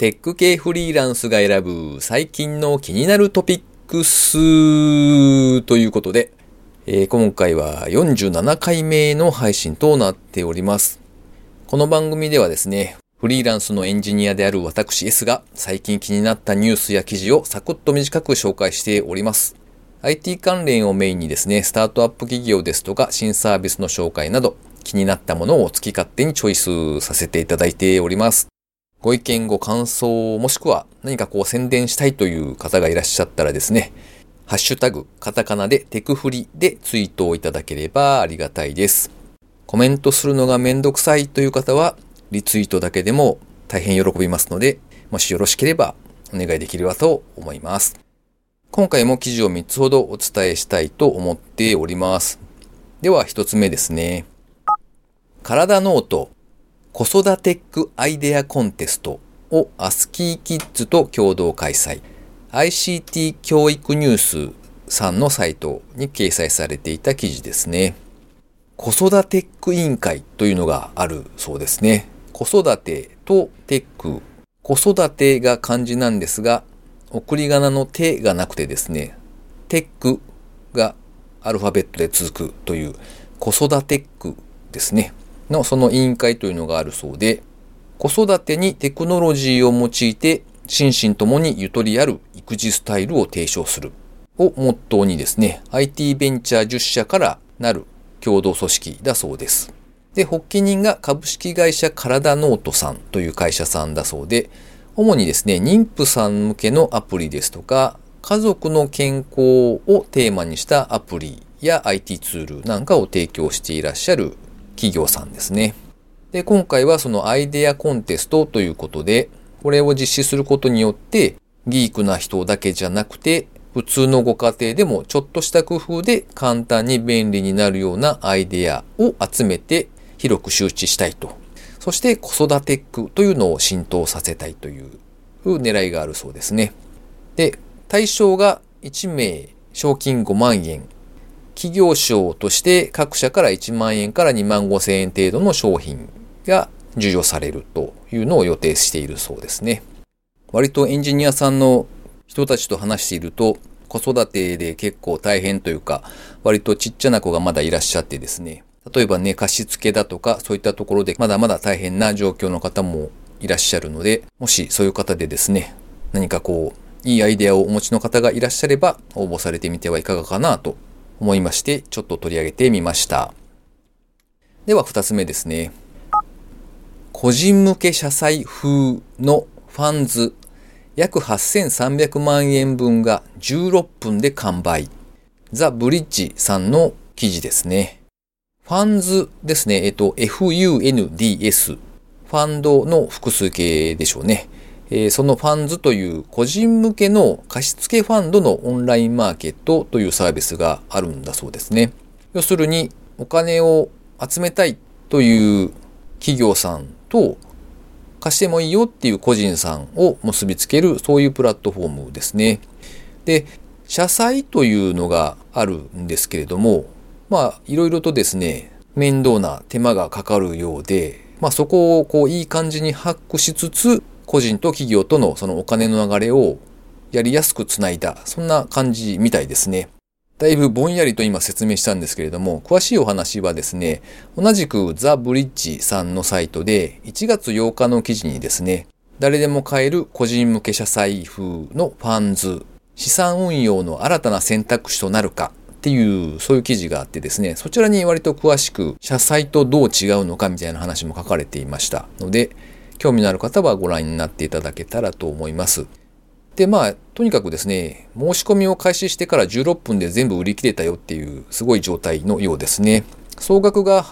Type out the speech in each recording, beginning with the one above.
テック系フリーランスが選ぶ最近の気になるトピックスということで、今回は47回目の配信となっております。この番組ではですね、フリーランスのエンジニアである私 S が最近気になったニュースや記事をサクッと短く紹介しております。IT 関連をメインにですね、スタートアップ企業ですとか新サービスの紹介など気になったものを好き勝手にチョイスさせていただいております。ご意見ご感想もしくは何か宣伝したいという方がいらっしゃったらですね、ハッシュタグカタカナでテクフリでツイートをいただければありがたいです。コメントするのがめんどくさいという方はリツイートだけでも大変喜びますので、もしよろしければお願いできればと思います。今回も記事を3つほどお伝えしたいと思っております。では1つ目ですね。体ノート子育てックアイデアコンテストをアスキーキッズと共同開催。ICT 教育ニュースさんのサイトに掲載されていた記事ですね。子育てック委員会というのがあるそうですね。子育てとテック。子育てが漢字なんですが、送り仮名の手がなくてですね、テックがアルファベットで続くという子育てックですね。のその委員会というのがあるそうで、子育てにテクノロジーを用いて心身ともにゆとりある育児スタイルを提唱するをモットーにですね、IT ベンチャー10社からなる共同組織だそうです。で、発起人が株式会社体ノートさんという会社さんだそうで、主にですね、妊婦さん向けのアプリですとか、家族の健康をテーマにしたアプリや IT ツールなんかを提供していらっしゃる企業さんですね。で、今回はそのアイデアコンテストということで、これを実施することによって、ギークな人だけじゃなくて、普通のご家庭でもちょっとした工夫で簡単に便利になるようなアイデアを集めて広く周知したいと。そして子育てックというのを浸透させたいという狙いがあるそうですね。で、対象が1名賞金5万円。企業賞として各社から1万円から2万5千円程度の商品が授与されるというのを予定しているそうですね。割とエンジニアさんの人たちと話していると、子育てで結構大変というか、割とちっちゃな子がまだいらっしゃってですね、例えばね、貸し付けだとかそういったところでまだまだ大変な状況の方もいらっしゃるので、もしそういう方でですね、何かいいアイデアをお持ちの方がいらっしゃれば応募されてみてはいかがかなと思いまして、ちょっと取り上げてみました。では2つ目ですね。個人向け社債風のファンズ約8300万円分が16分で完売。ザ・ブリッジさんの記事ですね。ファンズですね。FUNDS。ファンドの複数形でしょうね。そのファンズという個人向けの貸付ファンドのオンラインマーケットというサービスがあるんだそうですね。要するにお金を集めたいという企業さんと貸してもいいよっていう個人さんを結びつけるそういうプラットフォームですね。で、社債というのがあるんですけれども、いろいろとですね、面倒な手間がかかるようで、そこをいい感じにハックしつつ、個人と企業とのそのお金の流れをやりやすくつないだ、そんな感じみたいですね。だいぶぼんやりと今説明したんですけれども、詳しいお話はですね、同じくザ・ブリッジさんのサイトで1月8日の記事にですね、誰でも買える個人向け社債風のファンズ、資産運用の新たな選択肢となるかっていうそういう記事があってですね、そちらに割と詳しく社債とどう違うのかみたいな話も書かれていましたので、興味のある方はご覧になっていただけたらと思います。で、とにかくですね、申し込みを開始してから16分で全部売り切れたよっていうすごい状態のようですね。総額が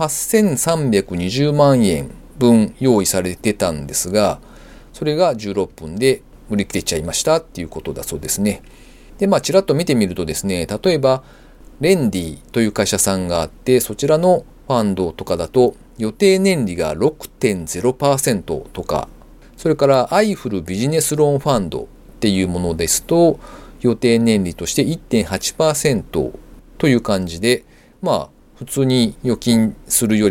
8320万円分用意されてたんですが、それが16分で売り切れちゃいましたっていうことだそうですね。で、ちらっと見てみるとですね、例えば、レンディという会社さんがあって、そちらのファンドとかだと、予定年利が 6.0% とか、それからアイフルビジネスローンファンドっていうものですと、予定年利として 1.8% という感じで、普通に預金するよりは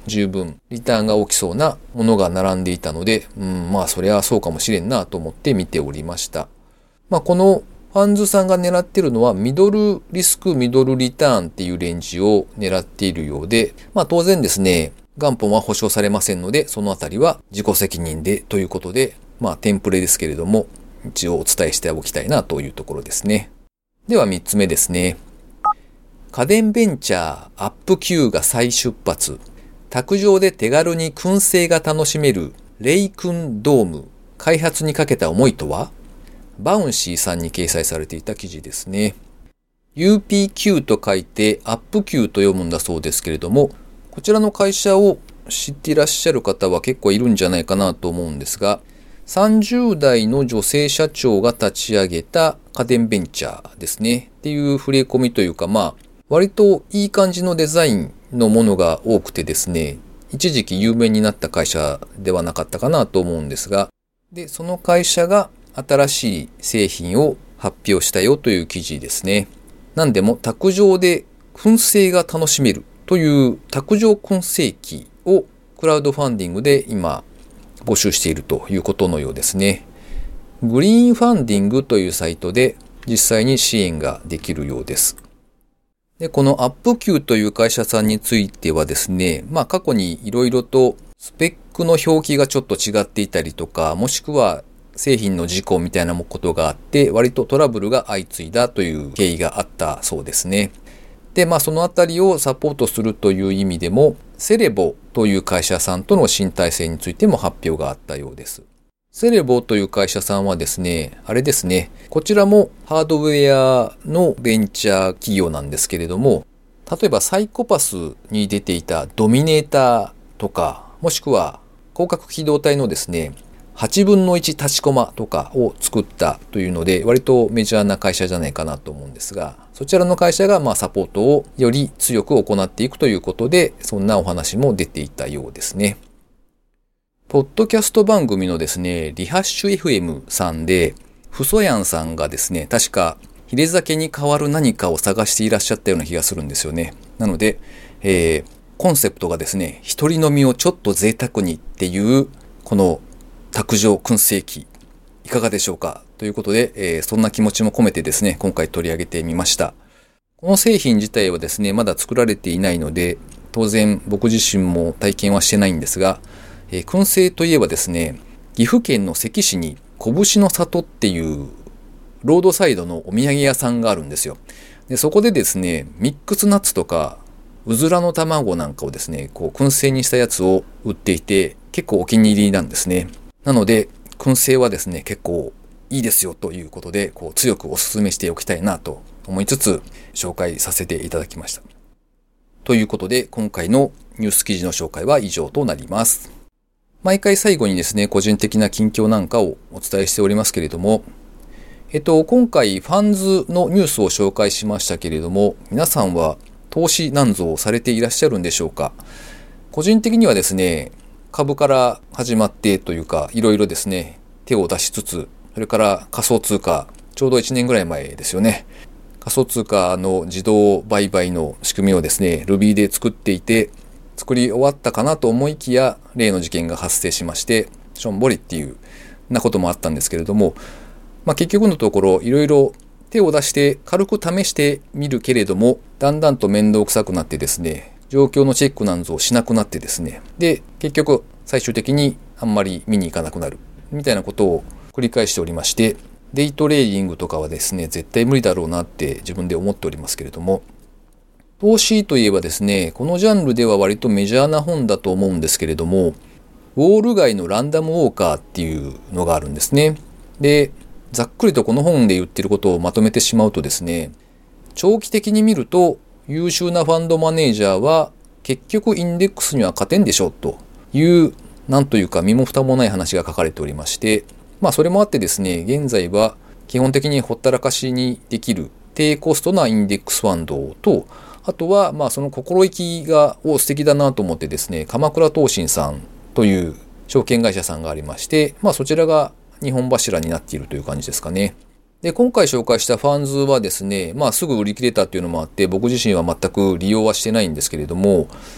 十分リターンが大きそうなものが並んでいたので、まあそれはそうかもしれんなと思って見ておりました。まあこのファンズさんが狙っているのはミドルリスク、ミドルリターンっていうレンジを狙っているようで、まあ当然ですね、元本は保証されませんので、そのあたりは自己責任でということで、まあテンプレですけれども、一応お伝えしておきたいなというところですね。では3つ目ですね。家電ベンチャーアップ Q が再出発。卓上で手軽に燻製が楽しめるレイクンドーム。開発にかけた思いとは？バウンシーさんに掲載されていた記事ですね。UPQ と書いてアップ Q と読むんだそうですけれども、こちらの会社を知っていらっしゃる方は結構いるんじゃないかなと思うんですが、30代の女性社長が立ち上げた家電ベンチャーですね。っていう触れ込みというか、まあ、割といい感じのデザインのものが多くてですね、一時期有名になった会社ではなかったかなと思うんですが、で、その会社が新しい製品を発表したよという記事ですね。なんでも卓上で燻製が楽しめるという卓上燻製機をクラウドファンディングで今募集しているということのようですね。グリーンファンディングというサイトで実際に支援ができるようです。で、このアップ Q という会社さんについてはですね、まあ過去にいろいろとスペックの表記がちょっと違っていたりとか、もしくは製品の事故みたいなことがあって、割とトラブルが相次いだという経緯があったそうですね。で、まあそのあたりをサポートするという意味でも、セレボという会社さんとの新体制についても発表があったようです。セレボという会社さんはですね、あれですね、こちらもハードウェアのベンチャー企業なんですけれども、例えばサイコパスに出ていたドミネーターとか、もしくは広角機動隊のですね、8分の1立ちコマとかを作ったというので、割とメジャーな会社じゃないかなと思うんですが、そちらの会社がサポートをより強く行っていくということで、そんなお話も出ていたようですね。ポッドキャスト番組のですね、リハッシュ FM さんで、フソヤンさんがですね、確かヒレ酒に代わる何かを探していらっしゃったような気がするんですよね。なので、コンセプトがですね、一人飲みをちょっと贅沢にっていう、この卓上燻製機、いかがでしょうかということで、そんな気持ちも込めてですね、今回取り上げてみました。この製品自体はですね、まだ作られていないので、当然僕自身も体験はしてないんですが、燻製といえばですね、岐阜県の関市に拳の里っていうロードサイドのお土産屋さんがあるんですよ。で、そこでですね、ミックスナッツとかうずらの卵なんかをですね、燻製にしたやつを売っていて、結構お気に入りなんですね。なので、燻製はですね、結構いいですよということで、強くお勧めしておきたいなと思いつつ、紹介させていただきました。ということで、今回のニュース記事の紹介は以上となります。毎回最後にですね、個人的な近況なんかをお伝えしておりますけれども、今回ファンズのニュースを紹介しましたけれども、皆さんは投資なんぞをされていらっしゃるんでしょうか？個人的にはですね、株から始まってというか、いろいろですね、手を出しつつ、それから仮想通貨、ちょうど1年ぐらい前ですよね。仮想通貨の自動売買の仕組みをですね、Ruby で作っていて、作り終わったかなと思いきや、例の事件が発生しまして、しょんぼりっていうなこともあったんですけれども、結局のところ、いろいろ手を出して軽く試してみるけれども、だんだんと面倒くさくなってですね、状況のチェックなんぞをしなくなってですね、で、結局最終的にあんまり見に行かなくなる、みたいなことを繰り返しておりまして、デイトレーディングとかはですね、絶対無理だろうなって自分で思っておりますけれども、投資といえばですね、このジャンルでは割とメジャーな本だと思うんですけれども、ウォール街のランダムウォーカーっていうのがあるんですね。で、ざっくりとこの本で言ってることをまとめてしまうとですね、長期的に見ると優秀なファンドマネージャーは結局インデックスには勝てんでしょうという、なんというか身も蓋もない話が書かれておりまして、それもあってですね、現在は基本的にほったらかしにできる低コストなインデックスファンドと、あとは、その心意気を素敵だなと思ってですね、鎌倉東進さんという証券会社さんがありまして、そちらが日本柱になっているという感じですかね。で、今回紹介したファンズはですね、すぐ売り切れたっていうのもあって、僕自身は全く利用はしてないんですけれども、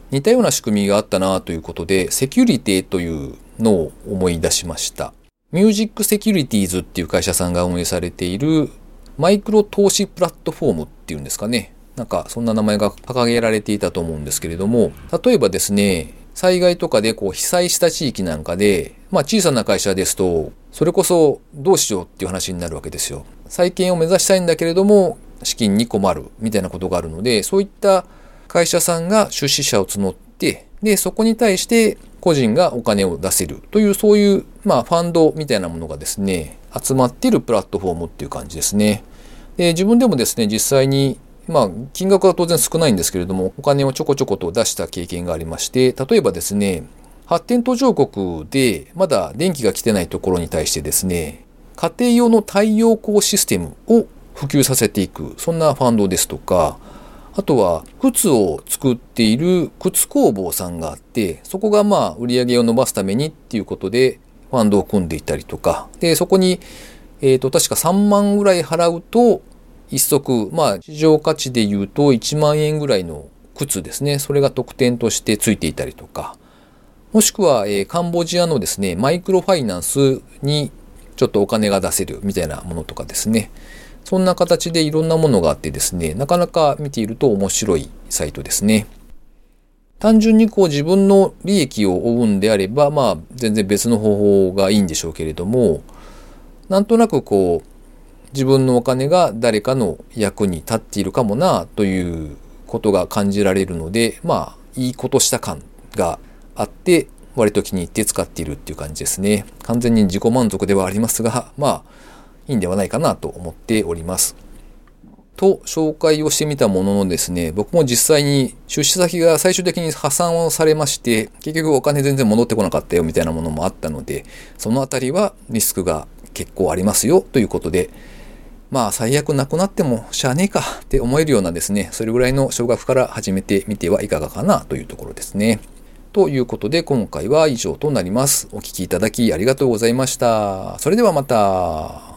似たような仕組みがあったなということで、セキュリティというのを思い出しました。ミュージックセキュリティーズっていう会社さんが運営されているマイクロ投資プラットフォームっていうんですかね。なんかそんな名前が掲げられていたと思うんですけれども、例えばですね、災害とかで被災した地域なんかで、小さな会社ですと、それこそどうしようっていう話になるわけですよ。再建を目指したいんだけれども、資金に困るみたいなことがあるので、そういった会社さんが出資者を募って、で、そこに対して個人がお金を出せるという、そういう、ファンドみたいなものがですね、集まっているプラットフォームっていう感じですね。で、自分でもですね、実際に金額は当然少ないんですけれども、お金をちょこちょこと出した経験がありまして、例えばですね、発展途上国でまだ電気が来てないところに対してですね、家庭用の太陽光システムを普及させていく、そんなファンドですとか、あとは靴を作っている靴工房さんがあって、そこが売り上げを伸ばすためにっていうことでファンドを組んでいたりとか、で、そこに、確か3万ぐらい払うと、一足、市場価値で言うと1万円ぐらいの靴ですね。それが特典としてついていたりとか、もしくは、カンボジアのですね、マイクロファイナンスにちょっとお金が出せるみたいなものとかですね。そんな形でいろんなものがあってですね、なかなか見ていると面白いサイトですね。単純に自分の利益を追うんであれば、全然別の方法がいいんでしょうけれども、なんとなく自分のお金が誰かの役に立っているかもなということが感じられるので、いいことした感があって割と気に入って使っているっていう感じですね。完全に自己満足ではありますが、いいんではないかなと思っております。と紹介をしてみたもののですね、僕も実際に出資先が最終的に破産をされまして、結局お金全然戻ってこなかったよみたいなものもあったので、そのあたりはリスクが結構ありますよということで、最悪なくなってもしゃあねえかって思えるようなですね、それぐらいの少額から始めてみてはいかがかなというところですね。ということで今回は以上となります。お聞きいただきありがとうございました。それではまた。